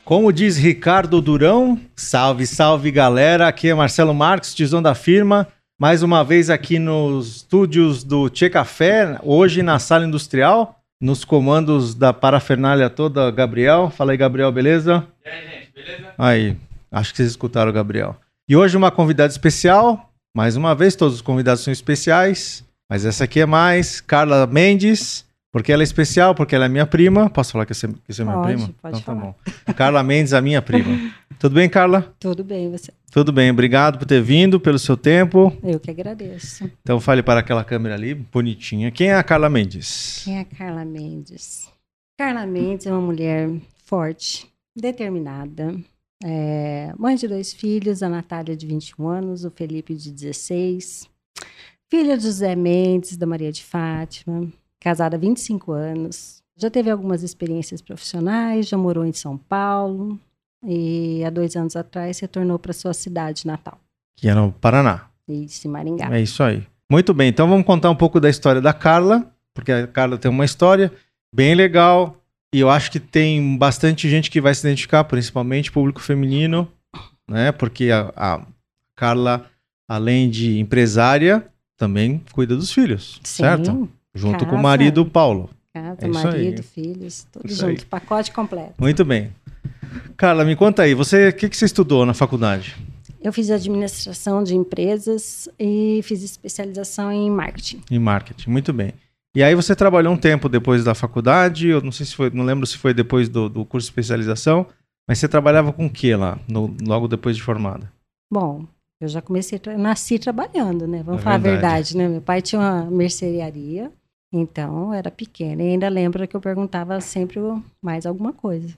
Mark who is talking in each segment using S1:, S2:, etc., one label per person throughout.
S1: Como diz Ricardo Durão, salve, salve galera, aqui é Marcelo Marques, tizão da firma, mais uma vez aqui nos estúdios do Tchê Café, hoje na sala industrial, nos comandos da parafernália toda, Gabriel. Fala aí, Gabriel, beleza?
S2: E aí, gente, beleza?
S1: Aí, acho que vocês escutaram o Gabriel. E hoje uma convidada especial, mais uma vez, todos os convidados são especiais, mas essa aqui é mais, Carla Mendes. Porque ela é especial, porque ela é minha prima. Posso falar que você é minha prima?
S3: Pode falar.
S1: Tá bom. Carla Mendes, a minha prima. Tudo bem, Carla?
S3: Tudo bem, você?
S1: Tudo bem, obrigado por ter vindo, pelo seu tempo.
S3: Eu que agradeço.
S1: Então fale para aquela câmera ali, bonitinha. Quem é a Carla Mendes?
S3: Quem é a Carla Mendes? Carla Mendes é uma mulher forte, determinada, mãe de 2 filhos, a Natália de 21 anos, o Felipe de 16, filha do José Mendes, da Maria de Fátima, casada há 25 anos, já teve algumas experiências profissionais, já morou em São Paulo e há 2 anos atrás retornou para sua cidade natal.
S1: Que é no Paraná.
S3: Isso, em Maringá.
S1: É isso aí. Muito bem, então vamos contar um pouco da história da Carla, porque a Carla tem uma história bem legal e eu acho que tem bastante gente que vai se identificar, principalmente público feminino, né? Porque a Carla, além de empresária, também cuida dos filhos,
S3: Sim.
S1: Certo? Junto
S3: Casa,
S1: com o marido Paulo.
S3: Casa,
S1: É isso
S3: marido,
S1: aí.
S3: filhos, tudo
S1: Isso
S3: junto,
S1: aí.
S3: pacote completo.
S1: Muito bem. Carla, me conta aí, o que você estudou na faculdade?
S3: Eu fiz administração de empresas e fiz especialização em marketing.
S1: Em marketing, muito bem. E aí você trabalhou um tempo depois da faculdade, eu não sei se foi, não lembro se foi depois do curso de especialização, mas você trabalhava com o que lá, logo depois de formada?
S3: Bom, eu já comecei, nasci trabalhando, né? Vamos
S1: É
S3: falar
S1: verdade.
S3: a verdade, né? Meu pai tinha uma mercearia, então eu era pequena. E ainda lembro que eu perguntava sempre mais alguma coisa.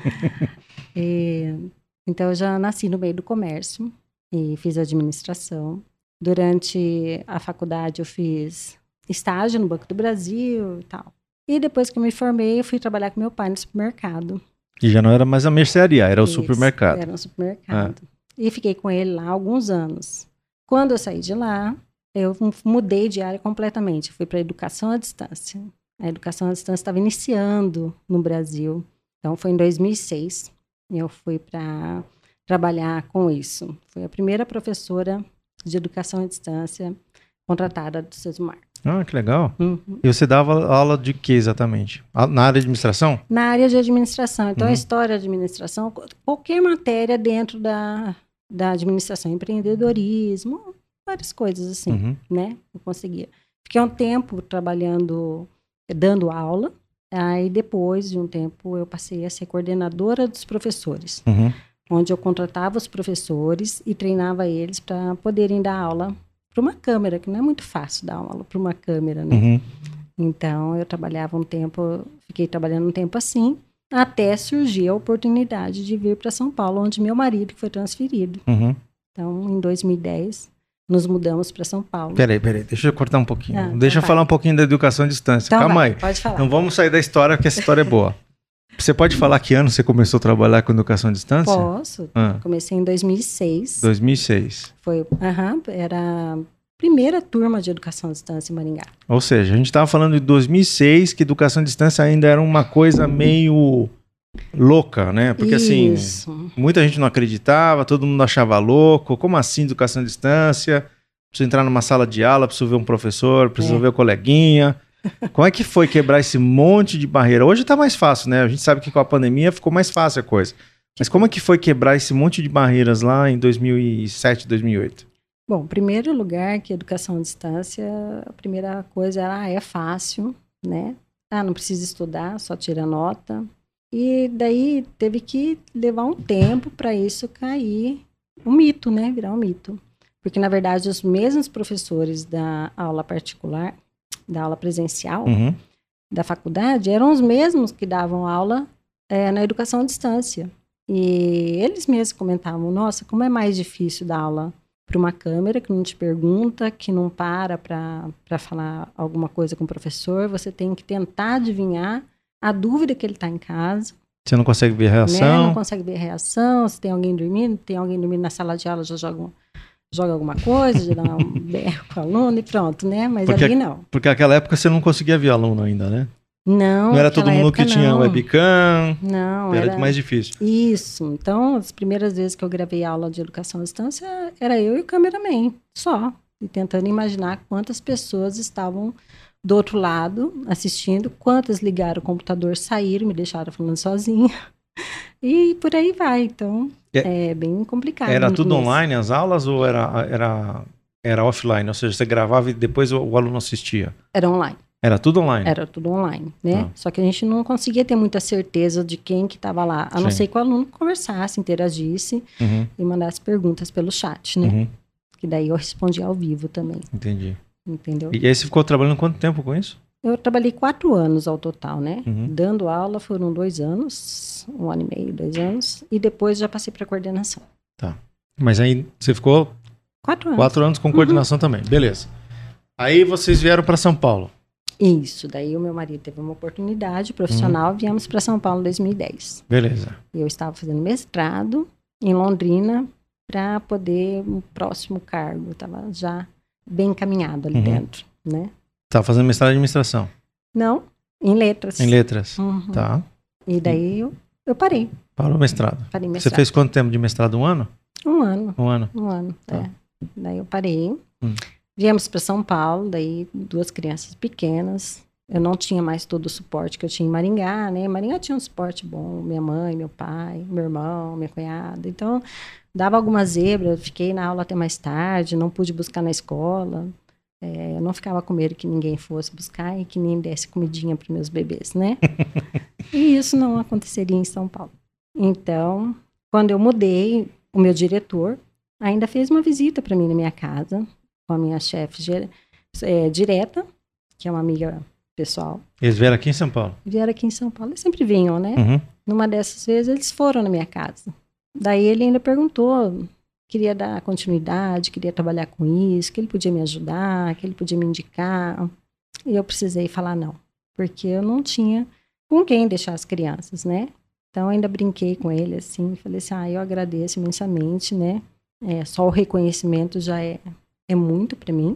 S3: Então eu já nasci no meio do comércio e fiz administração. Durante a faculdade eu fiz estágio no Banco do Brasil e tal. E depois que eu me formei, eu fui trabalhar com meu pai no supermercado.
S1: E já não era mais a mercearia, era o
S3: Isso,
S1: supermercado.
S3: Era um supermercado. E fiquei com ele lá há alguns anos. Quando eu saí de lá, eu mudei de área completamente. Fui para a educação à distância. A educação à distância estava iniciando no Brasil. Então, foi em 2006. Eu fui para trabalhar com isso. Fui a primeira professora de educação à distância contratada do Sesmar.
S1: Ah, que legal.
S3: Uhum.
S1: E você dava aula de que exatamente? Na área de administração?
S3: Na área de administração. Então,
S1: Uhum.
S3: a história da administração, qualquer matéria dentro da administração, empreendedorismo, várias coisas assim,
S1: Uhum.
S3: né? Eu conseguia. Fiquei um tempo trabalhando, dando aula. Aí, depois de um tempo, eu passei a ser coordenadora dos professores,
S1: Uhum.
S3: onde eu contratava os professores e treinava eles para poderem dar aula para uma câmera, que não é muito fácil dar aula para uma câmera, né?
S1: Uhum.
S3: Então, eu trabalhava um tempo, fiquei trabalhando um tempo assim, até surgir a oportunidade de vir para São Paulo, onde meu marido foi transferido.
S1: Uhum.
S3: Então, em 2010, nos mudamos para São Paulo.
S1: Peraí, deixa eu cortar um pouquinho.
S3: Então
S1: Deixa eu
S3: vai.
S1: falar um pouquinho da educação à distância.
S3: Então,
S1: Calma
S3: vai,
S1: aí.
S3: pode falar.
S1: Não vamos sair da história, porque essa história é boa. Você pode falar que ano você começou a trabalhar com educação à distância?
S3: Posso.
S1: Ah.
S3: Comecei em 2006.
S1: 2006.
S3: Era a primeira turma de educação à distância em Maringá.
S1: Ou seja, a gente estava falando de 2006, que educação à distância ainda era uma coisa meio louca, né? Porque assim,
S3: Isso.
S1: muita gente não acreditava, todo mundo achava louco. Como assim educação à distância? Preciso entrar numa sala de aula, preciso ver um professor, preciso ver o coleguinha. Como é que foi quebrar esse monte de barreira? Hoje tá mais fácil, né? A gente sabe que com a pandemia ficou mais fácil a coisa. Mas como é que foi quebrar esse monte de barreiras lá em 2007, 2008?
S3: Bom, em primeiro lugar, que educação à distância, a primeira coisa era, é fácil, né? Não precisa estudar, só tira nota. E daí teve que levar um tempo para isso cair um mito, né? Virar um mito. Porque, na verdade, os mesmos professores da aula particular, da aula presencial,
S1: Uhum.
S3: da faculdade, eram os mesmos que davam aula na educação à distância. E eles mesmos comentavam, nossa, como é mais difícil dar aula para uma câmera que não te pergunta, que não para falar alguma coisa com o professor, você tem que tentar adivinhar a dúvida que ele está em casa.
S1: Você não consegue ver a
S3: Né?
S1: reação?
S3: Não consegue ver a reação, se tem alguém dormindo na sala de aula, já joga alguma coisa, já dá um berro com o aluno e pronto, né? Mas ali não.
S1: Porque naquela época você não conseguia ver aluno ainda, né?
S3: Não,
S1: Não era todo
S3: naquela
S1: mundo
S3: época
S1: que tinha
S3: não.
S1: webcam,
S3: Não,
S1: era mais difícil.
S3: Isso. Então, as primeiras vezes que eu gravei aula de educação à distância, era eu e o cameraman, só. E tentando imaginar quantas pessoas estavam do outro lado assistindo, quantas ligaram o computador, saíram, me deixaram falando sozinha. E por aí vai. Então, é bem complicado.
S1: Era
S3: no
S1: tudo
S3: começo.
S1: online as aulas ou era offline? Ou seja, você gravava e depois o aluno assistia?
S3: Era online.
S1: Era tudo online?
S3: Era tudo online, né?
S1: Tá.
S3: Só que a gente não conseguia ter muita certeza de quem que estava lá, a não
S1: Sim.
S3: ser que o aluno conversasse, interagisse e mandasse perguntas pelo chat, né?
S1: Uhum.
S3: Que daí eu respondia ao vivo também,
S1: Entendi.
S3: entendeu?
S1: E aí você ficou trabalhando quanto tempo com isso?
S3: Eu trabalhei 4 anos ao total, né?
S1: Uhum.
S3: Dando aula foram 2 anos, 1 ano e meio, 2 anos, e depois já passei para coordenação.
S1: Tá. Mas aí você ficou
S3: 4 anos.
S1: 4 anos com coordenação também. Beleza. Aí vocês vieram para São Paulo.
S3: Isso, daí o meu marido teve uma oportunidade profissional, viemos para São Paulo em 2010.
S1: Beleza.
S3: Eu estava fazendo mestrado em Londrina para poder um próximo cargo, estava já bem encaminhado ali dentro, né?
S1: Tava fazendo mestrado em administração.
S3: Não, em letras.
S1: Em letras.
S3: Uhum.
S1: Tá.
S3: E daí eu parei,
S1: Parou o mestrado.
S3: parei
S1: Você
S3: mestrado.
S1: fez quanto tempo de mestrado? 1 ano?
S3: 1 ano.
S1: 1 ano.
S3: 1 ano,
S1: Tá.
S3: Daí eu parei. Viemos para São Paulo, daí 2 crianças pequenas. Eu não tinha mais todo o suporte que eu tinha em Maringá, né? Maringá tinha um suporte bom, minha mãe, meu pai, meu irmão, minha cunhada. Então, dava alguma zebra, fiquei na aula até mais tarde, não pude buscar na escola. Eu não ficava com medo que ninguém fosse buscar e que nem desse comidinha para meus bebês, né? E isso não aconteceria em São Paulo. Então, quando eu mudei, o meu diretor ainda fez uma visita para mim na minha casa, com a minha chefe direta, que é uma amiga pessoal.
S1: Eles vieram aqui em São Paulo?
S3: Vieram aqui em São Paulo, eles sempre vinham, né?
S1: Uhum.
S3: Numa dessas vezes, eles foram na minha casa. Daí ele ainda perguntou, queria dar continuidade, queria trabalhar com isso, que ele podia me ajudar, que ele podia me indicar. E eu precisei falar não, porque eu não tinha com quem deixar as crianças, né? Então, eu ainda brinquei com ele, assim, falei assim, eu agradeço imensamente, né? Só o reconhecimento já é muito para mim.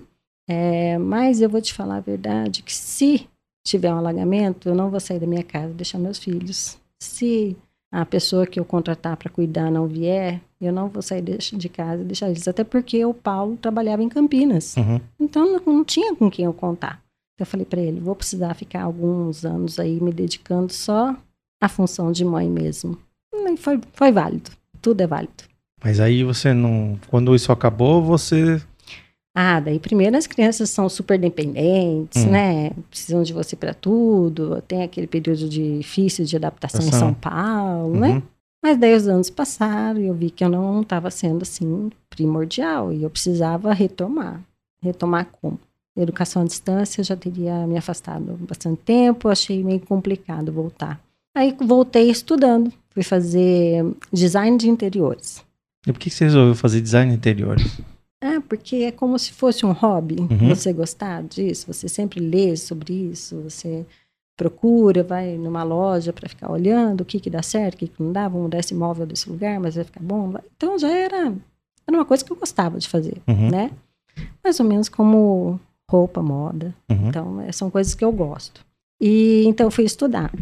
S3: Mas eu vou te falar a verdade, que se tiver um alagamento, eu não vou sair da minha casa e deixar meus filhos. Se a pessoa que eu contratar para cuidar não vier, eu não vou sair de casa e deixar eles. Até porque o Paulo trabalhava em Campinas.
S1: Uhum.
S3: Então, não tinha com quem eu contar. Eu falei para ele, vou precisar ficar alguns anos aí me dedicando só à função de mãe mesmo. E foi válido. Tudo é válido.
S1: Mas aí você não... Quando isso acabou, você...
S3: Daí primeiro as crianças são super dependentes, né? Precisam de você para tudo. Tem aquele período difícil de adaptação em São Paulo, né? Mas daí os anos passaram e eu vi que eu não estava sendo assim primordial e eu precisava retomar. Retomar como? Educação à distância, eu já teria me afastado bastante tempo, achei meio complicado voltar. Aí voltei estudando, fui fazer design de interiores.
S1: E por que você resolveu fazer design de interiores?
S3: Porque é como se fosse um hobby, você gostar disso, você sempre lê sobre isso, você procura, vai numa loja para ficar olhando o que dá certo, o que não dá, vamos mudar esse móvel desse lugar, mas vai ficar bom. Então já era uma coisa que eu gostava de fazer, né? Mais ou menos como roupa, moda. Então, são coisas que eu gosto. E então eu fui estudar.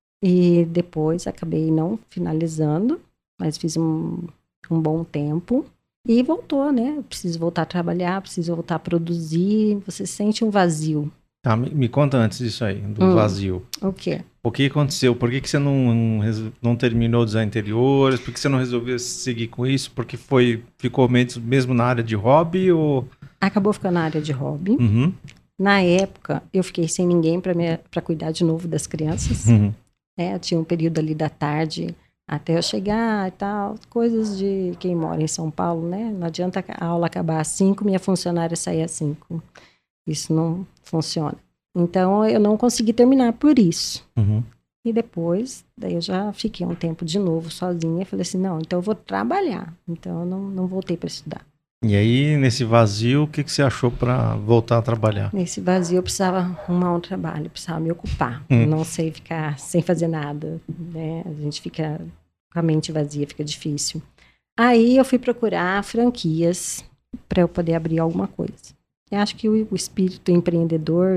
S3: E depois acabei não finalizando, mas fiz um bom tempo. E voltou, né? Eu preciso voltar a trabalhar, preciso voltar a produzir. Você sente um vazio.
S1: Tá, me conta antes disso aí, do vazio.
S3: O quê?
S1: O que aconteceu? Por que você não terminou o design interiores? Por que você não resolveu seguir com isso? Porque ficou mesmo na área de hobby ou...
S3: Acabou ficando na área de hobby. Na época, eu fiquei sem ninguém para cuidar de novo das crianças. Eu tinha um período ali da tarde até eu chegar e tal, coisas de quem mora em São Paulo, né? Não adianta a aula acabar às 5, minha funcionária sair às 5. Isso não funciona. Então, eu não consegui terminar por isso. E depois, daí eu já fiquei um tempo de novo sozinha. Falei assim, não, então eu vou trabalhar. Então, eu não voltei para estudar.
S1: E aí, nesse vazio, o que você achou para voltar a trabalhar?
S3: Nesse vazio, eu precisava arrumar um trabalho, precisava me ocupar. Não sei ficar sem fazer nada, né? A gente fica com a mente vazia, fica difícil. Aí, eu fui procurar franquias para eu poder abrir alguma coisa. Eu acho que o espírito empreendedor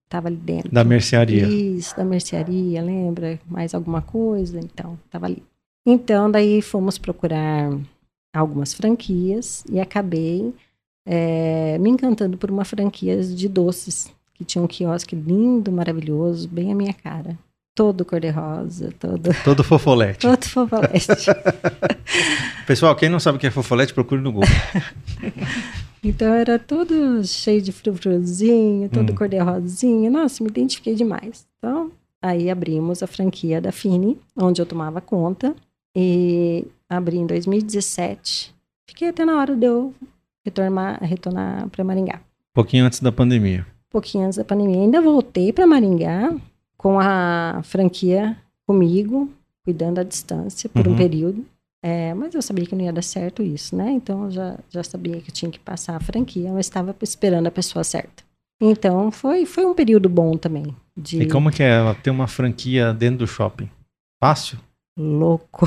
S3: estava ali dentro.
S1: Da mercearia.
S3: Isso, da mercearia, lembra? Mais alguma coisa? Então, estava ali. Então, daí fomos procurar algumas franquias e acabei me encantando por uma franquia de doces, que tinha um quiosque lindo, maravilhoso, bem a minha cara. Todo cor-de-rosa,
S1: Todo fofolete.
S3: todo fofolete.
S1: Pessoal, quem não sabe o que é fofolete, procure no Google.
S3: Então era todo cheio de frufruzinho, todo cor-de-rosinha. Nossa, me identifiquei demais. Então, aí abrimos a franquia da Fini, onde eu tomava conta. E abri em 2017. Fiquei até na hora de eu retornar para Maringá.
S1: Um pouquinho antes da pandemia.
S3: Pouquinho antes da pandemia. Ainda voltei para Maringá com a franquia comigo, cuidando à distância por um período. Mas eu sabia que não ia dar certo isso, né? Então, eu já sabia que eu tinha que passar a franquia, mas estava esperando a pessoa certa. Então, foi um período bom também.
S1: E como que é ter uma franquia dentro do shopping? Fácil?
S3: Louco.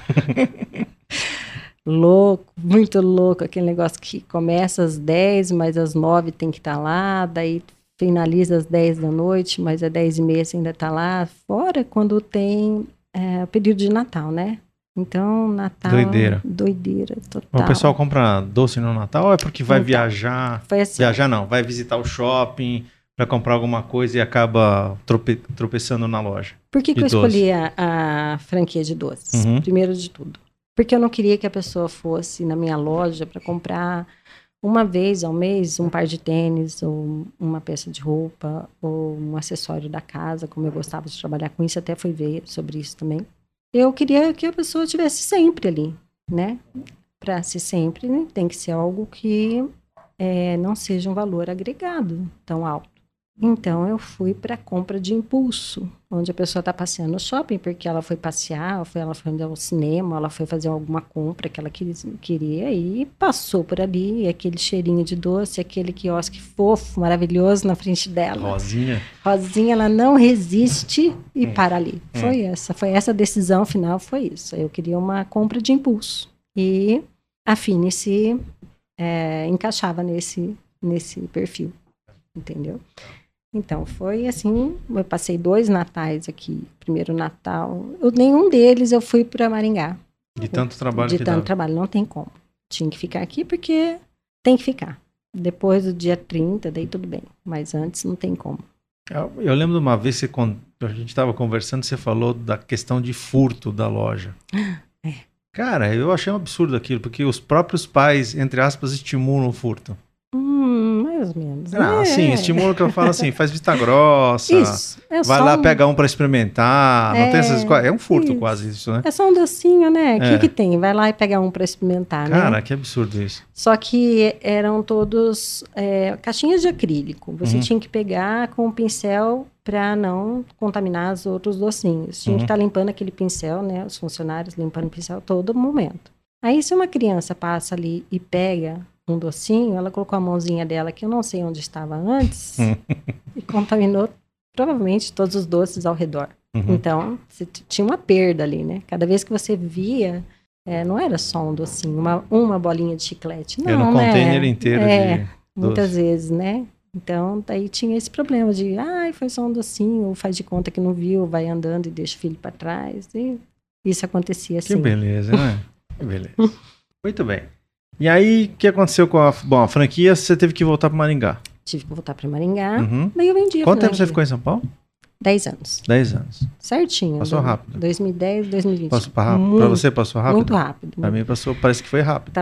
S3: Louco, muito louco. Aquele negócio que começa às 10, mas às 9 tem que estar lá, daí finaliza às 10 da noite, mas às 10h30 você ainda está lá. Fora quando tem o período de Natal, né? Então, Natal... Doideira total.
S1: O pessoal compra doce no Natal ou é porque vai viajar?
S3: Foi assim.
S1: Viajar não, vai visitar o shopping para comprar alguma coisa e acaba tropeçando na loja.
S3: Por que eu escolhi a franquia de doces? Primeiro de tudo. Porque eu não queria que a pessoa fosse na minha loja para comprar uma vez ao mês um par de tênis, ou uma peça de roupa, ou um acessório da casa, como eu gostava de trabalhar com isso, até fui ver sobre isso também. Eu queria que a pessoa estivesse sempre ali, né? Para ser sempre, né? Tem que ser algo que não seja um valor agregado tão alto. Então, eu fui para compra de impulso, onde a pessoa está passeando no shopping, porque ela foi passear, ela foi ao cinema, ela foi fazer alguma compra que ela queria e passou por ali, aquele cheirinho de doce, aquele quiosque fofo, maravilhoso na frente dela. Rosinha, ela não resiste e para ali. Foi essa decisão final, foi isso. Eu queria uma compra de impulso. E a Fini se encaixava nesse perfil, entendeu? Então, foi assim, eu passei 2 natais aqui. Primeiro Natal, nenhum deles eu fui para Maringá.
S1: De tanto trabalho
S3: De tanto trabalho, não tem como. Tinha que ficar aqui porque tem que ficar. Depois do dia 30, daí tudo bem. Mas antes não tem como.
S1: Eu lembro de uma vez que a gente estava conversando, você falou da questão de furto da loja. Cara, eu achei um absurdo aquilo, porque os próprios pais, entre aspas, estimulam o furto.
S3: Mais ou menos.
S1: Sim, estimula que eu falo assim, faz vista grossa,
S3: isso,
S1: vai lá pegar um para experimentar, não tem essas coisas. É um furto quase isso, né?
S3: É só um docinho, né? O que tem? Vai lá e pegar um para experimentar, né?
S1: Cara, que absurdo isso.
S3: Só que eram todos caixinhas de acrílico. Você tinha que pegar com o pincel para não contaminar os outros docinhos. Tinha que estar limpando aquele pincel, né? Os funcionários limpando o pincel todo momento. Aí, se uma criança passa ali e pega um docinho, ela colocou a mãozinha dela, que eu não sei onde estava antes, e contaminou provavelmente todos os doces ao redor. Então, você tinha uma perda ali, né? Cada vez que você via, não era só um docinho, uma bolinha de chiclete. Não,
S1: era um container inteiro de
S3: muitas
S1: doce.
S3: vezes, né? Então, daí tinha esse problema de, foi só um docinho, ou faz de conta que não viu, vai andando e deixa o filho para trás. E isso acontecia assim.
S1: Que beleza, né? Que beleza. Muito bem. E aí, o que aconteceu com a franquia? Você teve que voltar para Maringá.
S3: Tive que voltar para Maringá. Daí eu vendi.
S1: Quanto tempo você ficou em São Paulo?
S3: 10 anos.
S1: 10 anos.
S3: Certinho.
S1: Passou rápido.
S3: 2010, 2020.
S1: Passou rápido? Para você passou rápido?
S3: Muito rápido.
S1: Para mim parece que foi rápido.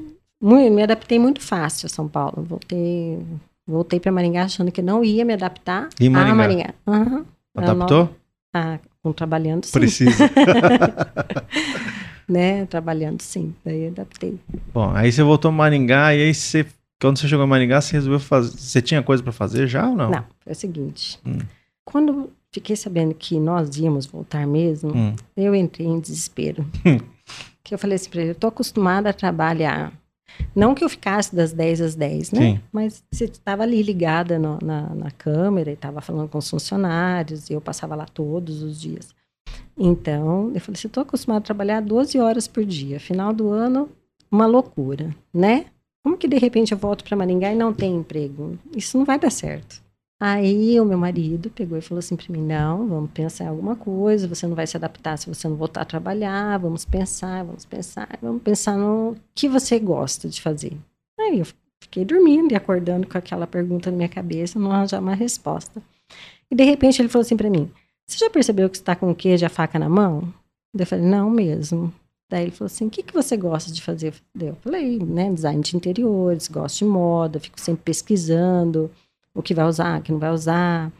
S3: Me adaptei muito fácil a São Paulo. Voltei para Maringá achando que não ia me adaptar a Maringá.
S1: Adaptou?
S3: Trabalhando, sim.
S1: Precisa.
S3: Né? Trabalhando, sim. Daí adaptei.
S1: Bom, aí você voltou a Maringá e aí quando você chegou em Maringá, você resolveu fazer... Você tinha coisa para fazer já ou não?
S3: Não, foi o seguinte. Quando fiquei sabendo que nós íamos voltar mesmo, eu entrei em desespero. Que eu falei assim pra ele, eu tô acostumada a trabalhar. Não que eu ficasse das 10 às 10, né?
S1: Sim.
S3: Mas você estava ali ligada na câmera e estava falando com os funcionários e eu passava lá todos os dias. Então, eu falei assim, estou acostumada a trabalhar 12 horas por dia. Final do ano, uma loucura, né? Como que de repente eu volto para Maringá e não tenho emprego? Isso não vai dar certo. Aí o meu marido pegou e falou assim para mim, não, vamos pensar em alguma coisa, você não vai se adaptar se você não voltar a trabalhar, vamos pensar no que você gosta de fazer. Aí eu fiquei dormindo e acordando com aquela pergunta na minha cabeça, não arranjava uma resposta. E de repente ele falou assim para mim, você já percebeu que você está com o queijo e a faca na mão? Daí eu falei, não mesmo. Daí ele falou assim, o que você gosta de fazer? Daí eu falei, né, design de interiores, gosto de moda, fico sempre pesquisando o que vai usar, o que não vai usar,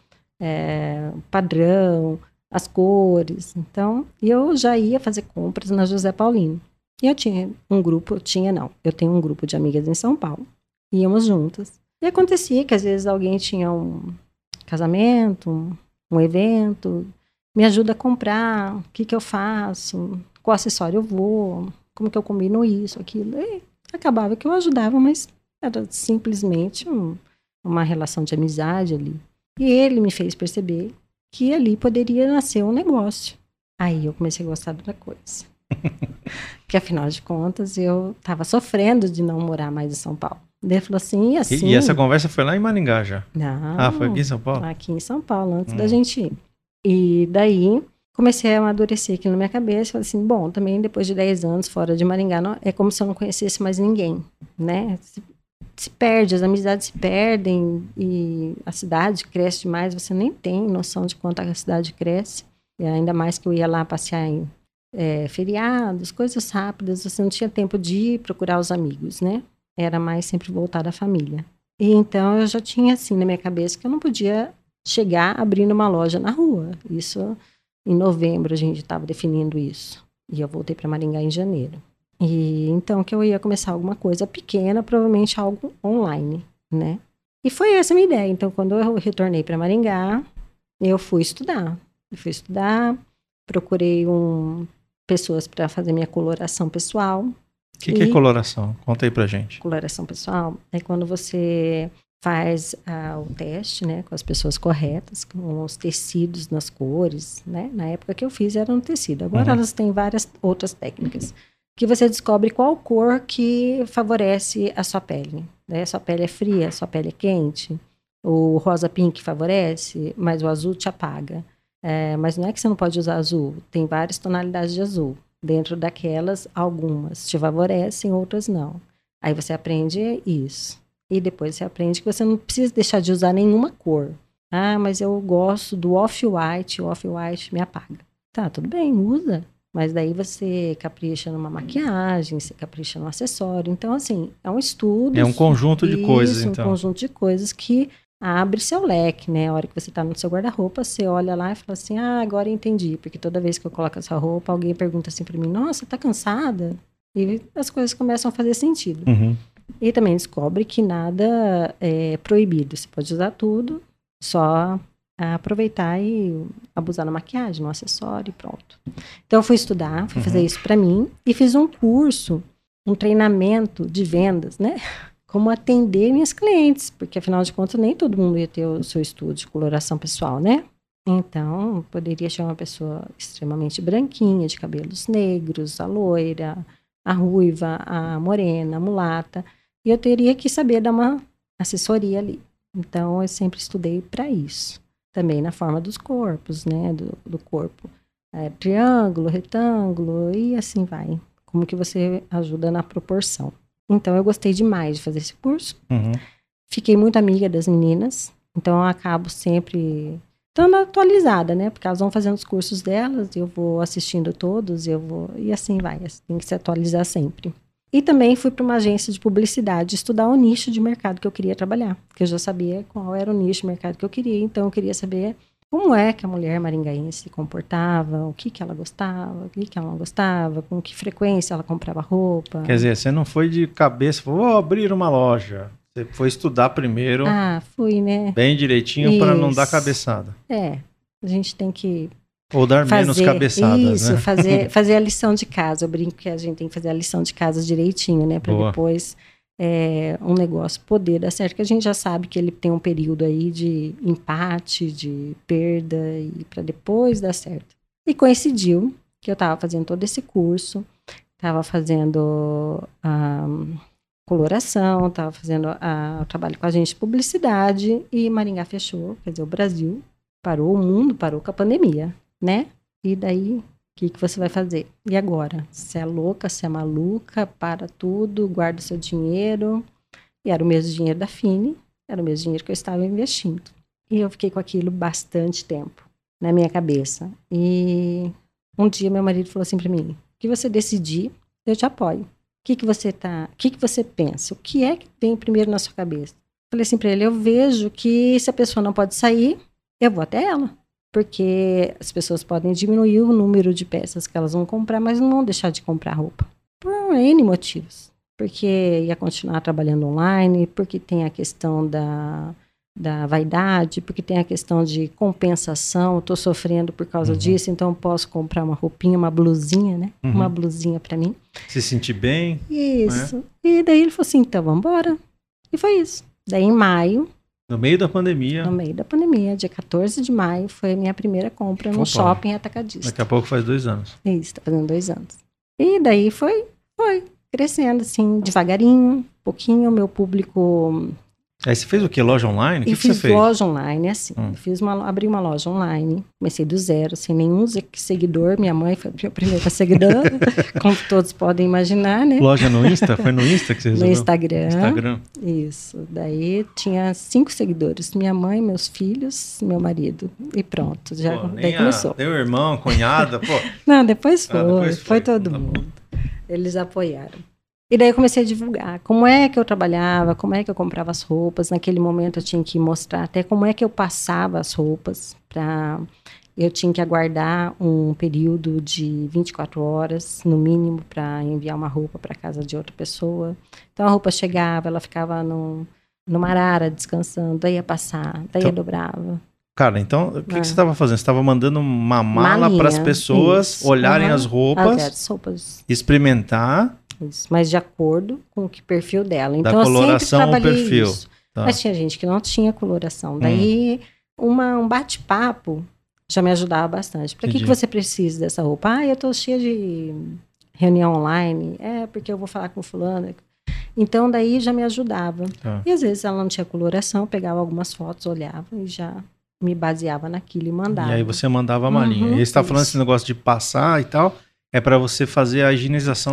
S3: padrão, as cores. Então, eu já ia fazer compras na José Paulino. E eu tenho um grupo de amigas em São Paulo. Íamos juntas. E acontecia que às vezes alguém tinha um casamento, um evento, me ajuda a comprar, o que eu faço, qual acessório eu vou, como que eu combino isso, aquilo. E acabava que eu ajudava, mas era simplesmente uma relação de amizade ali. E ele me fez perceber que ali poderia nascer um negócio. Aí eu comecei a gostar da coisa. Porque afinal de contas eu estava sofrendo de não morar mais em São Paulo. Daí ele falou assim,
S1: E essa conversa foi lá em Maringá já?
S3: Não.
S1: Foi aqui em São Paulo?
S3: Aqui em São Paulo, antes da gente ir. E daí comecei a amadurecer aqui na minha cabeça. Falei assim, bom, também depois de 10 anos fora de Maringá, é como se eu não conhecesse mais ninguém, né? Se perde, as amizades se perdem e a cidade cresce demais, você nem tem noção de quanto a cidade cresce. E ainda mais que eu ia lá passear em feriados, coisas rápidas, você não tinha tempo de ir procurar os amigos, né? Era mais sempre voltar à família. E então eu já tinha assim na minha cabeça que eu não podia chegar abrindo uma loja na rua. Isso em novembro a gente estava definindo isso. E eu voltei para Maringá em janeiro. E então que eu ia começar alguma coisa pequena, provavelmente algo online, né? E foi essa a minha ideia. Então quando eu retornei para Maringá, eu fui estudar. Procurei pessoas para fazer minha coloração pessoal.
S1: O que é coloração? Conta aí pra gente.
S3: Coloração pessoal é quando você faz o teste, né, com as pessoas corretas, com os tecidos nas cores, né? Na época que eu fiz era um tecido. Agora elas têm várias outras técnicas que você descobre qual cor que favorece a sua pele. Né? A sua pele é fria, a sua pele é quente. O rosa pink favorece, mas o azul te apaga. Mas não é que você não pode usar azul. Tem várias tonalidades de azul. Dentro daquelas, algumas te favorecem, outras não. Aí você aprende isso. E depois você aprende que você não precisa deixar de usar nenhuma cor. Ah, mas eu gosto do off-white, o off-white me apaga. Tá, tudo bem, usa. Mas daí você capricha numa maquiagem, você capricha no acessório. Então, assim, é um estudo.
S1: É um conjunto de coisas, então.
S3: Um conjunto de coisas que abre seu leque, né? A hora que você tá no seu guarda-roupa, você olha lá e fala assim, agora eu entendi. Porque toda vez que eu coloco essa roupa, alguém pergunta assim pra mim, nossa, tá cansada? E as coisas começam a fazer sentido. E também descobre que nada é proibido. Você pode usar tudo, só aproveitar e abusar na maquiagem, no acessório e pronto. Então, eu fui estudar, fui fazer isso pra mim e fiz um curso, um treinamento de vendas, né? Como atender minhas clientes, porque afinal de contas nem todo mundo ia ter o seu estudo de coloração pessoal, né? Então, poderia ser uma pessoa extremamente branquinha, de cabelos negros, a loira, a ruiva, a morena, a mulata, e eu teria que saber dar uma assessoria ali. Então, eu sempre estudei para isso. Também na forma dos corpos, né? Do corpo. Triângulo, retângulo e assim vai. Como que você ajuda na proporção. Então, eu gostei demais de fazer esse curso. Fiquei muito amiga das meninas. Então, eu acabo sempre estando atualizada, né? Porque elas vão fazendo os cursos delas, eu vou assistindo todos, e assim vai. Tem que se atualizar sempre. E também fui para uma agência de publicidade estudar o nicho de mercado que eu queria trabalhar. Porque eu já sabia qual era o nicho de mercado que eu queria. Então, eu queria saber como é que a mulher maringaense se comportava, o que ela gostava, o que ela não gostava, com que frequência ela comprava roupa.
S1: Quer dizer, você não foi de cabeça, vou abrir uma loja. Você foi estudar primeiro.
S3: Fui, né?
S1: Bem direitinho para não dar cabeçada.
S3: A gente tem que
S1: ou dar menos cabeçadas,
S3: né? Fazer a lição de casa. Eu brinco que a gente tem que fazer a lição de casa direitinho, né? Para depois um negócio poder dar certo. Que a gente já sabe que ele tem um período aí de empate, de perda, e para depois dar certo. E coincidiu que eu estava fazendo todo esse curso, estava fazendo coloração, estava fazendo o trabalho com a agente de publicidade e Maringá fechou, quer dizer, o Brasil parou, o mundo parou com a pandemia, né? E daí, o que você vai fazer? E agora? Você é louca, você é maluca, para tudo, guarda o seu dinheiro. E era o mesmo dinheiro da Fini, era o mesmo dinheiro que eu estava investindo. E eu fiquei com aquilo bastante tempo na minha cabeça. E um dia meu marido falou assim para mim: o que você decidir, eu te apoio. O que você pensa? O que é que vem primeiro na sua cabeça? Falei assim para ele: eu vejo que se a pessoa não pode sair, eu vou até ela. Porque as pessoas podem diminuir o número de peças que elas vão comprar, mas não vão deixar de comprar roupa. Por N motivos. Porque ia continuar trabalhando online, porque tem a questão da vaidade, porque tem a questão de compensação, estou sofrendo por causa disso, então posso comprar uma roupinha, uma blusinha, né? Uma blusinha para mim.
S1: Se sentir bem.
S3: Isso. Né? E daí ele falou assim, então vamos embora. E foi isso. Daí em maio...
S1: No meio da pandemia.
S3: No meio da pandemia, dia 14 de maio, foi a minha primeira compra no shopping atacadista.
S1: Daqui a pouco faz 2 anos.
S3: Isso, tá fazendo 2 anos. E daí foi crescendo, assim, devagarinho, pouquinho, o meu público...
S1: Aí você fez o quê? Loja online? O que você fez?
S3: Fiz loja online, assim. Abri uma loja online, comecei do zero, sem nenhum seguidor. Minha mãe foi a minha primeira seguidora, como todos podem imaginar, né?
S1: Loja no Insta? Foi no Insta que você resolveu?
S3: No Instagram. Isso. Daí tinha 5 seguidores. Minha mãe, meus filhos, meu marido. E pronto, já daí começou.
S1: Teu irmão, cunhada, pô.
S3: Não, depois foi todo mundo. Eles apoiaram. E daí eu comecei a divulgar como é que eu trabalhava, como é que eu comprava as roupas. Naquele momento eu tinha que mostrar até como é que eu passava as roupas. Eu tinha que aguardar um período de 24 horas, no mínimo, para enviar uma roupa para casa de outra pessoa. Então a roupa chegava, ela ficava numa arara descansando, daí ia passar, daí eu dobrava.
S1: Cara, então o que você estava fazendo? Você estava mandando uma mala para as pessoas olharem as roupas, experimentar...
S3: Isso, mas de acordo com o perfil dela. Então,
S1: da coloração
S3: eu sempre trabalhei
S1: ao perfil.
S3: Isso. Tá. Mas tinha gente que não tinha coloração. Daí, um bate-papo já me ajudava bastante. Para que você precisa dessa roupa? Eu tô cheia de reunião online. Porque eu vou falar com fulano. Então, daí já me ajudava. Tá. E às vezes ela não tinha coloração, eu pegava algumas fotos, olhava e já me baseava naquilo e mandava.
S1: E aí você mandava a malinha. E aí você está falando esse negócio de passar e tal... É para você fazer a higienização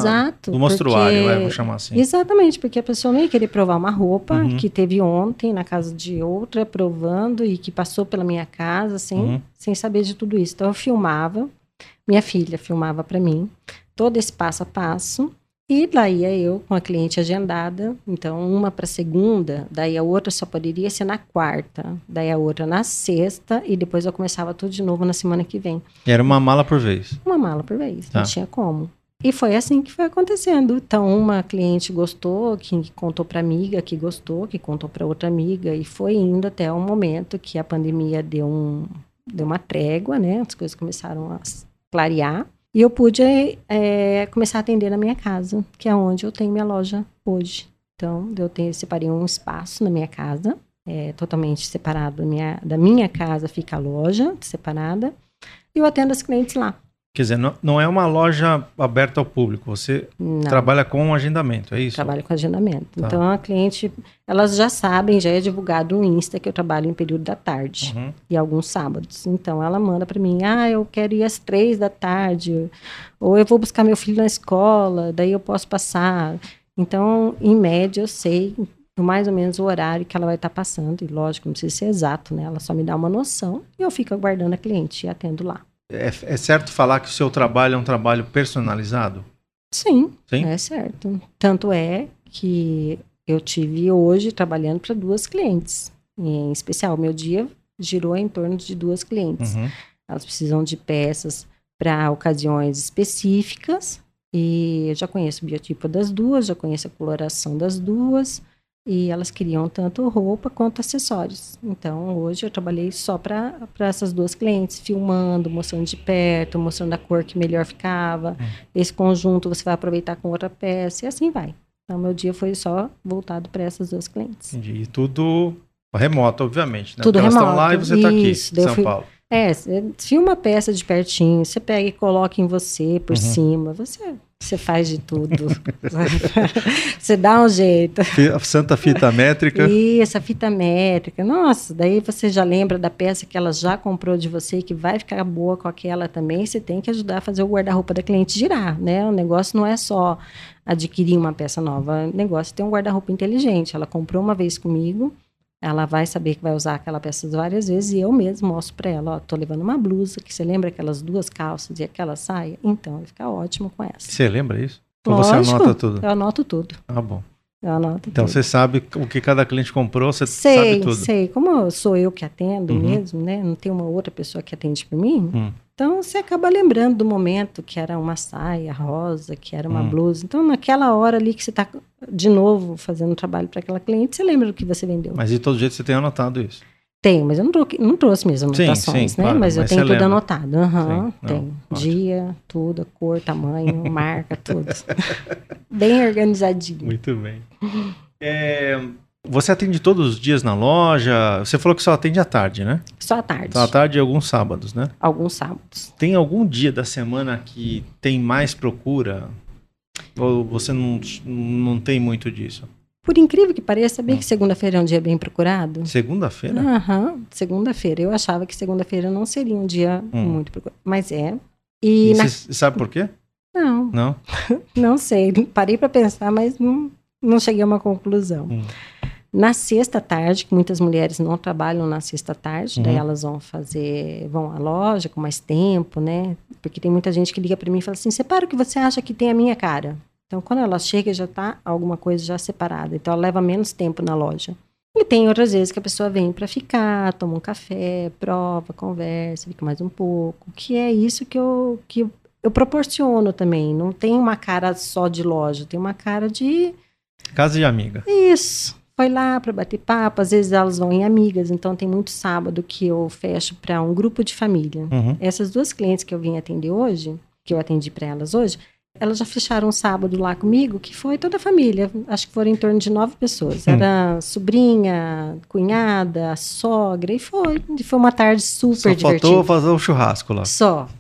S1: do mostruário, vamos chamar assim.
S3: Exatamente, porque a pessoa não ia querer provar uma roupa que teve ontem na casa de outra, provando, e que passou pela minha casa sem saber de tudo isso. Então, eu filmava, minha filha filmava para mim, todo esse passo a passo, e daí eu com a cliente agendada, então uma para segunda, daí a outra só poderia ser na quarta, daí a outra na sexta, e depois eu começava tudo de novo na semana que vem.
S1: E era uma mala por vez?
S3: Uma mala por vez, não tinha como. E foi assim que foi acontecendo. Então, uma cliente gostou, que contou para amiga, que gostou, que contou para outra amiga, e foi indo até o momento que a pandemia deu uma trégua, né? As coisas começaram a clarear. E eu pude começar a atender na minha casa, que é onde eu tenho minha loja hoje. Então, separei um espaço na minha casa, totalmente separado da minha casa, fica a loja separada, e eu atendo as clientes lá.
S1: Quer dizer, não é uma loja aberta ao público, você trabalha com agendamento, é isso?
S3: Trabalho com agendamento. Tá. Então, a cliente, elas já sabem, já é divulgado no Insta que eu trabalho em período da tarde e alguns sábados. Então, ela manda para mim, eu quero ir às 3 da tarde, ou eu vou buscar meu filho na escola, daí eu posso passar. Então, em média, eu sei mais ou menos o horário que ela vai estar passando, e lógico, não precisa ser exato, né? Ela só me dá uma noção e eu fico aguardando a cliente e atendo lá.
S1: É certo falar que o seu trabalho é um trabalho personalizado?
S3: Sim, é certo. Tanto é que eu tive hoje trabalhando para 2 clientes. Em especial, meu dia girou em torno de 2 clientes. Elas precisam de peças para ocasiões específicas. E eu já conheço o biotipo das 2, já conheço a coloração das 2. E elas queriam tanto roupa quanto acessórios. Então, hoje eu trabalhei só para essas 2 clientes, filmando, mostrando de perto, mostrando a cor que melhor ficava. Esse conjunto você vai aproveitar com outra peça, e assim vai. Então, meu dia foi só voltado para essas 2 clientes.
S1: Entendi. E tudo remoto, obviamente, né?
S3: Tudo
S1: Porque
S3: remoto.
S1: Elas estão lá e você está aqui, em São Paulo.
S3: Você filma a peça de pertinho, você pega e coloca em você, por cima. Você Você faz de tudo. Você dá um jeito.
S1: Santa fita métrica.
S3: Isso, a fita métrica. Nossa, daí você já lembra da peça que ela já comprou de você, que vai ficar boa com aquela também. Você tem que ajudar a fazer o guarda-roupa da cliente girar, né? O negócio não é só adquirir uma peça nova. O negócio é ter um guarda-roupa inteligente. Ela comprou uma vez comigo, ela vai saber que vai usar aquela peça várias vezes e eu mesmo mostro para ela, ó, tô levando uma blusa, que você lembra aquelas 2 calças e aquela saia? Então, vai ficar ótimo com essa.
S1: Você lembra isso? Ou
S3: Lógico,
S1: você anota tudo?
S3: Eu anoto tudo.
S1: Ah, bom.
S3: Eu anoto
S1: Então,
S3: tudo.
S1: você sabe o que cada cliente comprou, você sabe tudo.
S3: Sei. Como sou eu que atendo mesmo, né? Não tem uma outra pessoa que atende por mim. Então, você acaba lembrando do momento que era uma saia rosa, que era uma blusa. Então, naquela hora ali que você está, de novo, fazendo um trabalho para aquela cliente, você lembra do que você vendeu.
S1: Mas, de todo jeito, você tem anotado isso?
S3: Tenho, mas eu não trouxe mesmo anotações, né?
S1: Claro,
S3: mas eu tenho tudo
S1: lembra.
S3: anotado. Tem.
S1: Ótimo.
S3: Dia, tudo, cor, tamanho, marca, tudo. Bem organizadinho.
S1: Muito bem. Você atende todos os dias na loja? Você falou que só atende à tarde, né?
S3: Só à tarde.
S1: Só à tarde e alguns sábados, né?
S3: Alguns sábados.
S1: Tem algum dia da semana que tem mais procura? Ou você não tem muito disso?
S3: Por incrível que pareça, sabia que segunda-feira é um dia bem procurado?
S1: Segunda-feira?
S3: Segunda-feira. Eu achava que segunda-feira não seria um dia muito procurado. Mas é.
S1: E você sabe por quê?
S3: Não.
S1: Não?
S3: Não sei. Parei para pensar, mas não cheguei a uma conclusão. Na sexta-tarde, que muitas mulheres não trabalham na sexta-tarde, daí elas vão à loja com mais tempo, né? Porque tem muita gente que liga para mim e fala assim, separa o que você acha que tem a minha cara. Então, quando ela chega, já tá alguma coisa já separada. Então, ela leva menos tempo na loja. E tem outras vezes que a pessoa vem para ficar, toma um café, prova, conversa, fica mais um pouco. Que é isso que eu proporciono também. Não tem uma cara só de loja, tem uma cara de...
S1: Casa de amiga.
S3: Isso. Foi lá para bater papo. Às vezes elas vão em amigas. Então, tem muito sábado que eu fecho para um grupo de família. Essas 2 clientes que eu vim atender hoje, que eu atendi para elas hoje, elas já fecharam um sábado lá comigo, que foi toda a família. Acho que foram em torno de 9 pessoas. Era sobrinha, cunhada, sogra, e foi uma tarde super divertida.
S1: Só faltou fazer um churrasco lá.
S3: Só.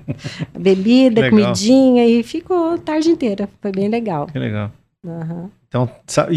S3: Bebida, comidinha, e ficou a tarde inteira. Foi bem legal.
S1: Que legal. Então,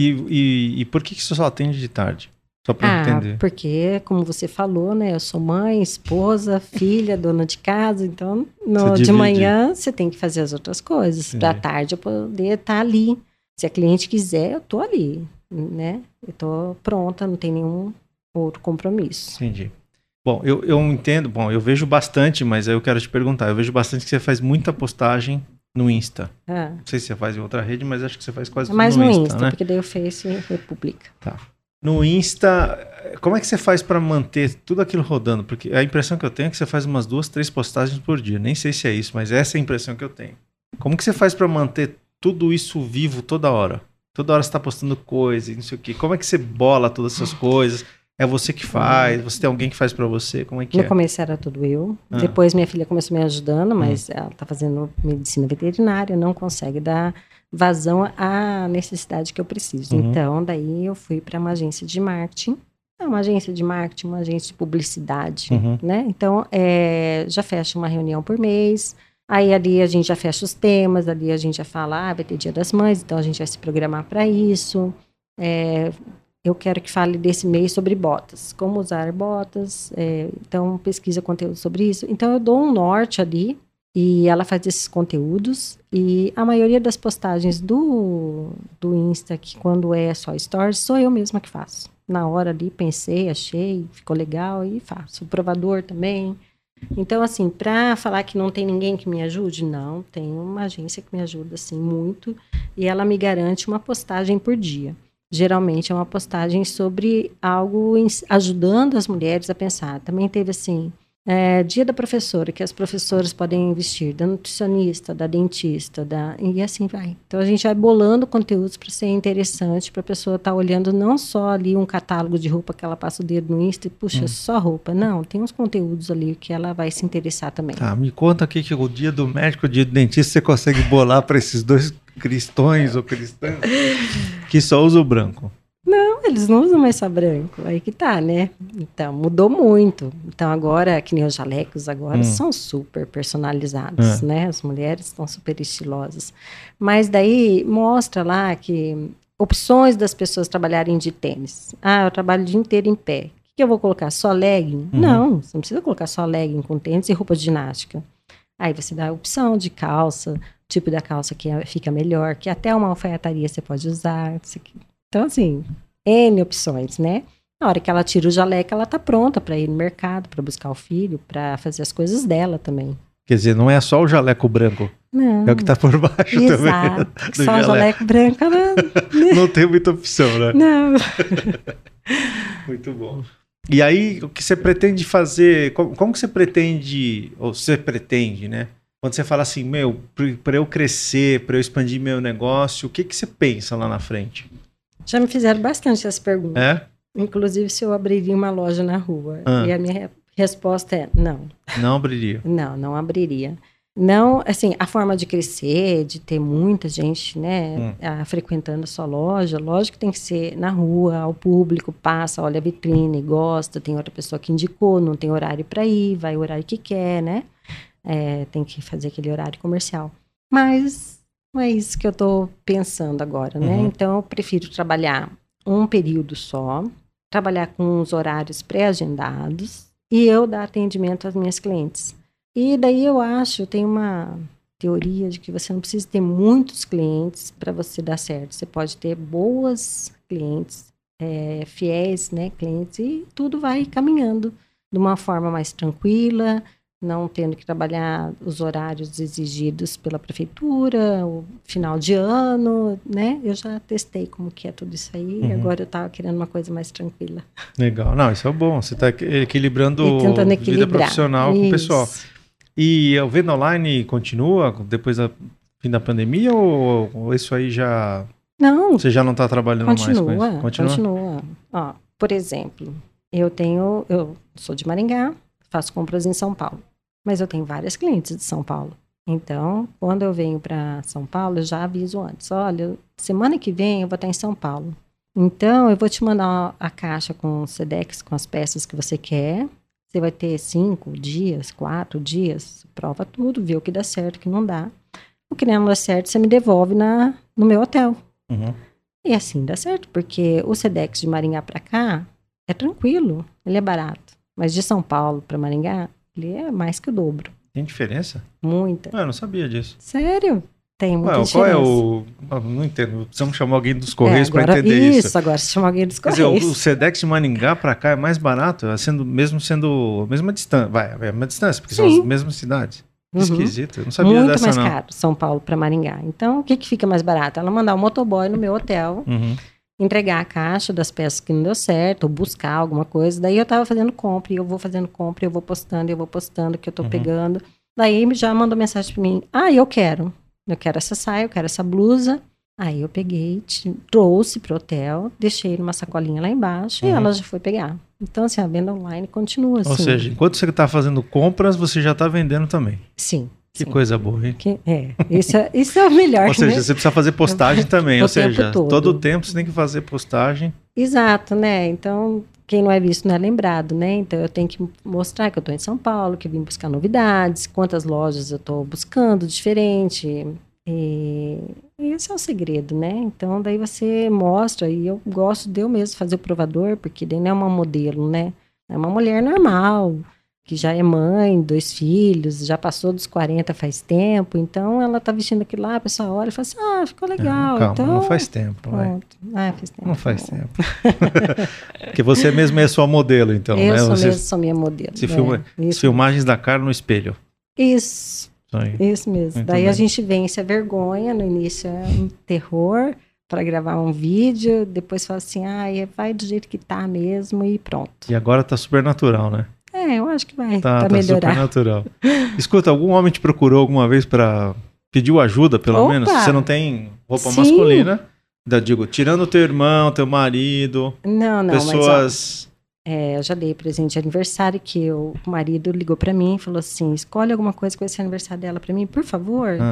S1: e por que você só atende de tarde? Só para entender.
S3: Porque, como você falou, né? Eu sou mãe, esposa, filha, dona de casa. Então, de manhã, você tem que fazer as outras coisas. Para tarde, eu poder estar ali. Se a cliente quiser, eu tô ali, né? Eu tô pronta, não tem nenhum outro compromisso.
S1: Entendi. Bom, eu entendo. Bom, eu vejo bastante, mas aí eu quero te perguntar. Eu vejo bastante que você faz muita postagem no Insta. Não sei se você faz em outra rede, mas acho que você faz quase tudo no Insta,
S3: mais no Insta,
S1: né?
S3: porque daí o Face republica.
S1: Tá. No Insta, como é que você faz para manter tudo aquilo rodando? Porque a impressão que eu tenho é que você faz umas 2, 3 postagens por dia. Nem sei se é isso, mas essa é a impressão que eu tenho. Como que você faz para manter tudo isso vivo toda hora? Toda hora você está postando coisa e não sei o quê. Como é que você bola todas essas coisas? É você que faz? Você tem alguém que faz para você? Como é que
S3: No começo era tudo eu. Depois minha filha começou me ajudando, mas ela está fazendo medicina veterinária, não consegue dar vazão à necessidade que eu preciso. Então, daí eu fui para uma agência de marketing. Uma agência de marketing, uma agência de publicidade, né? Então, já fecha uma reunião por mês. Aí ali a gente já fecha os temas, ali a gente já fala, vai ter Dia das Mães, então a gente vai se programar para isso. Eu quero que fale desse mês sobre botas, como usar botas, então pesquisa conteúdo sobre isso. Então eu dou um norte ali e ela faz esses conteúdos e a maioria das postagens do Insta, que quando é só stories, sou eu mesma que faço. Na hora ali pensei, achei, ficou legal e faço. O provador também. Então assim, para falar que não tem ninguém que me ajude, não, tem uma agência que me ajuda assim muito e ela me garante uma postagem por dia. Geralmente é uma postagem sobre algo ajudando as mulheres a pensar. Também teve assim, dia da professora, que as professoras podem vestir, da nutricionista, da dentista, e assim vai. Então a gente vai bolando conteúdos para ser interessante, para a pessoa estar olhando não só ali um catálogo de roupa que ela passa o dedo no Insta e puxa só roupa. Não, tem uns conteúdos ali que ela vai se interessar também.
S1: Tá, me conta aqui que o dia do médico, o dia do dentista, você consegue bolar para esses 2 cristões ou cristãs que só usam o branco.
S3: Não, eles não usam mais só branco. Aí que tá, né? Então, mudou muito. Então, agora, que nem os jalecos agora, são super personalizados, né? As mulheres estão super estilosas. Mas daí, mostra lá que opções das pessoas trabalharem de tênis. Ah, eu trabalho o dia inteiro em pé. O que eu vou colocar? Só legging? Não, você não precisa colocar só legging com tênis e roupa de ginástica. Aí você dá a opção de calça, tipo da calça que fica melhor, que até uma alfaiataria você pode usar. Então, assim, N opções, né? Na hora que ela tira o jaleco, ela tá pronta para ir no mercado, para buscar o filho, para fazer as coisas dela também.
S1: Quer dizer, não é só o jaleco branco.
S3: Não.
S1: É o que tá por baixo
S3: Exato.
S1: também.
S3: Só o jaleco branco, ela...
S1: Não tem muita opção, né?
S3: Não.
S1: Muito bom. E aí, o que você pretende fazer? Como que você pretende, ou você pretende, né? Quando você fala assim, meu, para eu crescer, para eu expandir meu negócio, o que você pensa lá na frente?
S3: Já me fizeram bastante essa pergunta.
S1: É?
S3: Inclusive, se eu abriria uma loja na rua. E a minha resposta é não.
S1: Não abriria.
S3: Não abriria. Não, assim, a forma de crescer, de ter muita gente, né, frequentando a sua loja, lógico que tem que ser na rua, ao público, passa, olha a vitrine, gosta, tem outra pessoa que indicou, não tem horário para ir, vai o horário que quer, né? Tem que fazer aquele horário comercial. Mas não é isso que eu estou pensando agora, né? Então, eu prefiro trabalhar um período só, trabalhar com os horários pré-agendados e eu dar atendimento às minhas clientes. E daí eu tenho uma teoria de que você não precisa ter muitos clientes para você dar certo. Você pode ter boas clientes, fiéis, né, clientes, e tudo vai caminhando de uma forma mais tranquila, não tendo que trabalhar os horários exigidos pela prefeitura, o final de ano, né? Eu já testei como que é tudo isso aí, e agora eu estava querendo uma coisa mais tranquila.
S1: Legal. Não, isso é bom. Você está equilibrando vida
S3: equilibrar.
S1: profissional com o pessoal. E o Venda Online continua depois do fim da pandemia ou isso aí já...
S3: Não.
S1: Você já não está trabalhando mais com isso?
S3: Continua. Ó, por exemplo, eu sou de Maringá, faço compras em São Paulo, mas eu tenho várias clientes de São Paulo. Então, quando eu venho para São Paulo, eu já aviso antes. Olha, semana que vem eu vou estar em São Paulo. Então, eu vou te mandar a caixa com o Sedex, com as peças que você quer. Você vai ter 5 dias, 4 dias, prova tudo, vê o que dá certo, o que não dá. O que não dá certo, você me devolve no meu hotel. E assim dá certo, porque o Sedex de Maringá para cá é tranquilo, ele é barato. Mas de São Paulo para Maringá, ele é mais que o dobro.
S1: Tem diferença?
S3: Muita.
S1: Eu não sabia disso.
S3: Sério? Tem muita diferença.
S1: Qual é o... Não entendo. Precisamos chamar alguém dos Correios para entender isso.
S3: Isso, agora se chamar alguém dos Correios.
S1: Quer dizer, o Sedex de Maringá para cá é mais barato, mesmo sendo a mesma distância. É a mesma distância, porque são as mesmas cidades. Esquisito, eu não sabia
S3: muito
S1: dessa
S3: mais
S1: não.
S3: caro, São Paulo para Maringá. Então, o que fica mais barato? Ela mandar um motoboy no meu hotel, entregar a caixa das peças que não deu certo, ou buscar alguma coisa. Daí eu tava fazendo compra, e eu vou fazendo compra, eu vou postando o que eu tô pegando. Daí já mandou mensagem para mim, eu quero essa saia, eu quero essa blusa. Aí eu peguei, trouxe pro hotel, deixei numa sacolinha lá embaixo e ela já foi pegar. Então, assim, a venda online continua assim.
S1: Ou seja, enquanto você está fazendo compras, você já está vendendo também.
S3: Sim.
S1: Que coisa boa, hein?
S3: Isso é o melhor.
S1: Ou seja,
S3: né?
S1: você precisa fazer postagem também. Ou seja, todo o tempo você tem que fazer postagem.
S3: Exato, né? Então, quem não é visto não é lembrado, né? Então, eu tenho que mostrar que eu estou em São Paulo, que eu vim buscar novidades, quantas lojas eu estou buscando diferente. E esse é o segredo, né? Então, daí você mostra, e eu gosto de eu mesmo fazer o provador, porque daí não é uma modelo, né? É uma mulher normal, que já é mãe, 2 filhos, já passou dos 40 faz tempo, então ela tá vestindo aquilo lá, a pessoa olha e fala assim, ficou legal.
S1: Calma,
S3: então,
S1: não faz tempo.
S3: Pronto. Faz tempo.
S1: Não faz tempo. Porque você mesmo é sua modelo, então,
S3: eu
S1: né?
S3: Eu sou minha modelo.
S1: As filmagens da cara no espelho.
S3: Isso. Isso mesmo.
S1: Muito
S3: daí
S1: bem.
S3: A gente vence a vergonha, no início é um terror para gravar um vídeo, depois fala assim, vai do jeito que tá mesmo e pronto.
S1: E agora tá super natural, né?
S3: Eu acho que vai
S1: tá
S3: melhorar.
S1: Super natural. Escuta, algum homem te procurou alguma vez para pediu ajuda, pelo menos? Você não tem roupa masculina? Digo, tirando o teu irmão, teu marido,
S3: não,
S1: pessoas...
S3: eu já dei presente de aniversário que o marido ligou para mim e falou assim, escolhe alguma coisa com esse aniversário dela para mim, por favor.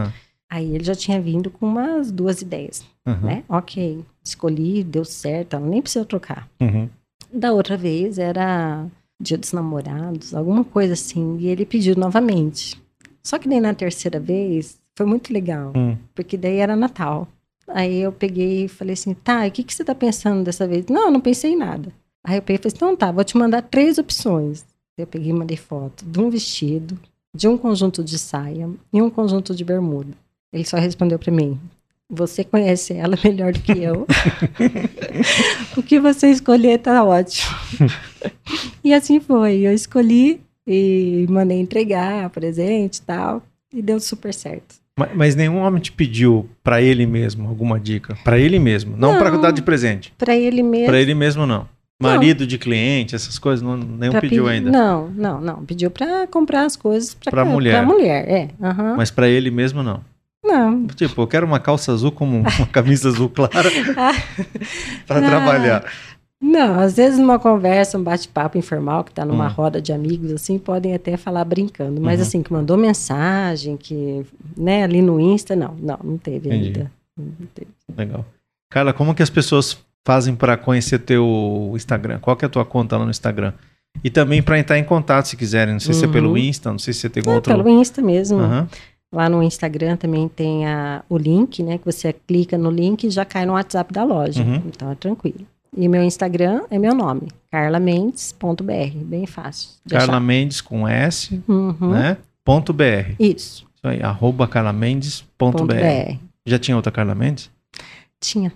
S3: Aí ele já tinha vindo com umas 2 ideias, né? Ok, escolhi, deu certo, ela nem precisa trocar. Da outra vez era Dia dos Namorados, alguma coisa assim, e ele pediu novamente. Só que daí na terceira vez foi muito legal, porque daí era Natal. Aí eu peguei e falei assim, tá, o que você tá pensando dessa vez? Não, eu não pensei em nada. Aí eu peguei e falei, então tá, vou te mandar 3 opções. Eu peguei e mandei foto de um vestido, de um conjunto de saia e um conjunto de bermuda. Ele só respondeu pra mim, você conhece ela melhor do que eu. O que você escolher tá ótimo. E assim foi, eu escolhi e mandei entregar presente e tal, e deu super certo.
S1: Mas nenhum homem te pediu pra ele mesmo alguma dica? Pra ele mesmo, não pra dar de presente?
S3: Pra ele mesmo.
S1: Pra ele mesmo, não. Marido de cliente, essas coisas, nenhum pediu ainda?
S3: Não. Pediu pra comprar as coisas pra mulher. Pra mulher, é.
S1: Mas pra ele mesmo, não?
S3: Não.
S1: Tipo, eu quero uma calça azul como uma camisa azul clara pra trabalhar.
S3: Não, às vezes numa conversa, um bate-papo informal, que tá numa roda de amigos, assim, podem até falar brincando. Mas assim, que mandou mensagem, que, né, ali no Insta, não teve ainda. Não teve.
S1: Legal. Carla, como que as pessoas fazem para conhecer teu Instagram? Qual que é a tua conta lá no Instagram? E também para entrar em contato, se quiserem. Não sei se é pelo Insta, não sei se você tem outro...
S3: Pelo Insta mesmo. Lá no Instagram também tem o link, né? Que você clica no link e já cai no WhatsApp da loja. Então é tranquilo. E meu Instagram é meu nome, carlamendes.br, bem fácil de
S1: Carla
S3: achar.
S1: Mendes com S, né? .br.
S3: Isso.
S1: Isso aí, @carlamendes.br. Já tinha outra Carla Mendes?
S3: Tinha.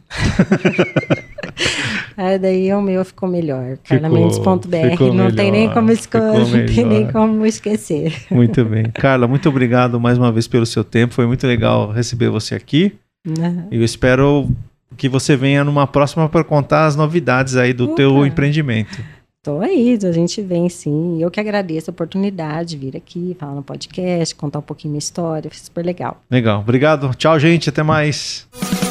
S3: Aí daí o meu ficou melhor, carlamendes.br, não tem nem como esquecer.
S1: Muito bem. Carla, muito obrigado mais uma vez pelo seu tempo, foi muito legal receber você aqui. Eu espero que você venha numa próxima para contar as novidades aí do teu empreendimento.
S3: Tô aí, a gente vem sim. Eu que agradeço a oportunidade de vir aqui, falar no podcast, contar um pouquinho minha história, foi super legal.
S1: Legal, obrigado. Tchau, gente, até mais.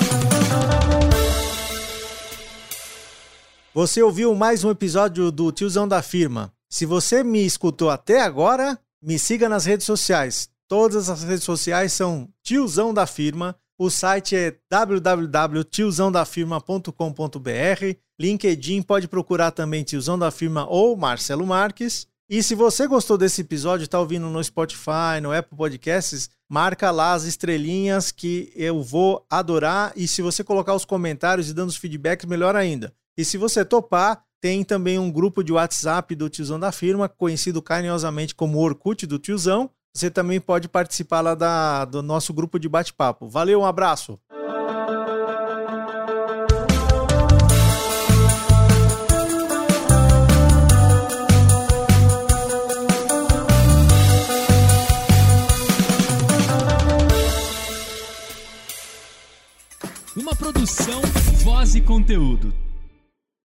S1: Você ouviu mais um episódio do Tiozão da Firma. Se você me escutou até agora, me siga nas redes sociais. Todas as redes sociais são Tiozão da Firma. O site é www.tiozãodafirma.com.br. LinkedIn pode procurar também Tiozão da Firma ou Marcelo Marques. E se você gostou desse episódio, está ouvindo no Spotify, no Apple Podcasts, marca lá as estrelinhas que eu vou adorar. E se você colocar os comentários e dando os feedbacks, melhor ainda. E se você topar, tem também um grupo de WhatsApp do Tiozão da Firma, conhecido carinhosamente como Orkut do Tiozão. Você também pode participar lá do nosso grupo de bate-papo. Valeu, um abraço!
S2: Uma produção, voz e conteúdo.